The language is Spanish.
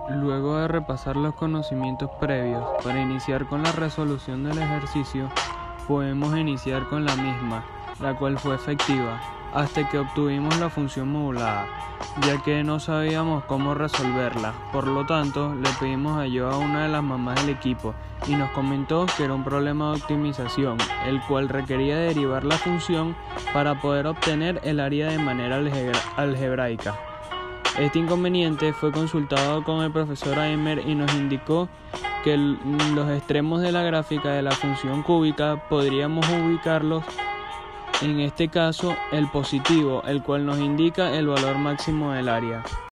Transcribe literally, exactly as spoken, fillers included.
Luego de repasar los conocimientos previos para iniciar con la resolución del ejercicio, podemos iniciar con la misma, la cual fue efectiva, hasta que obtuvimos la función modulada, ya que no sabíamos cómo resolverla. Por lo tanto, le pedimos ayuda a una de las mamás del equipo y nos comentó que era un problema de optimización, el cual requería derivar la función para poder obtener el área de manera algebra- algebraica. Este inconveniente fue consultado con el profesor Aimer y nos indicó que el, los extremos de la gráfica de la función cúbica podríamos ubicarlos, en este caso el positivo, el cual nos indica el valor máximo del área.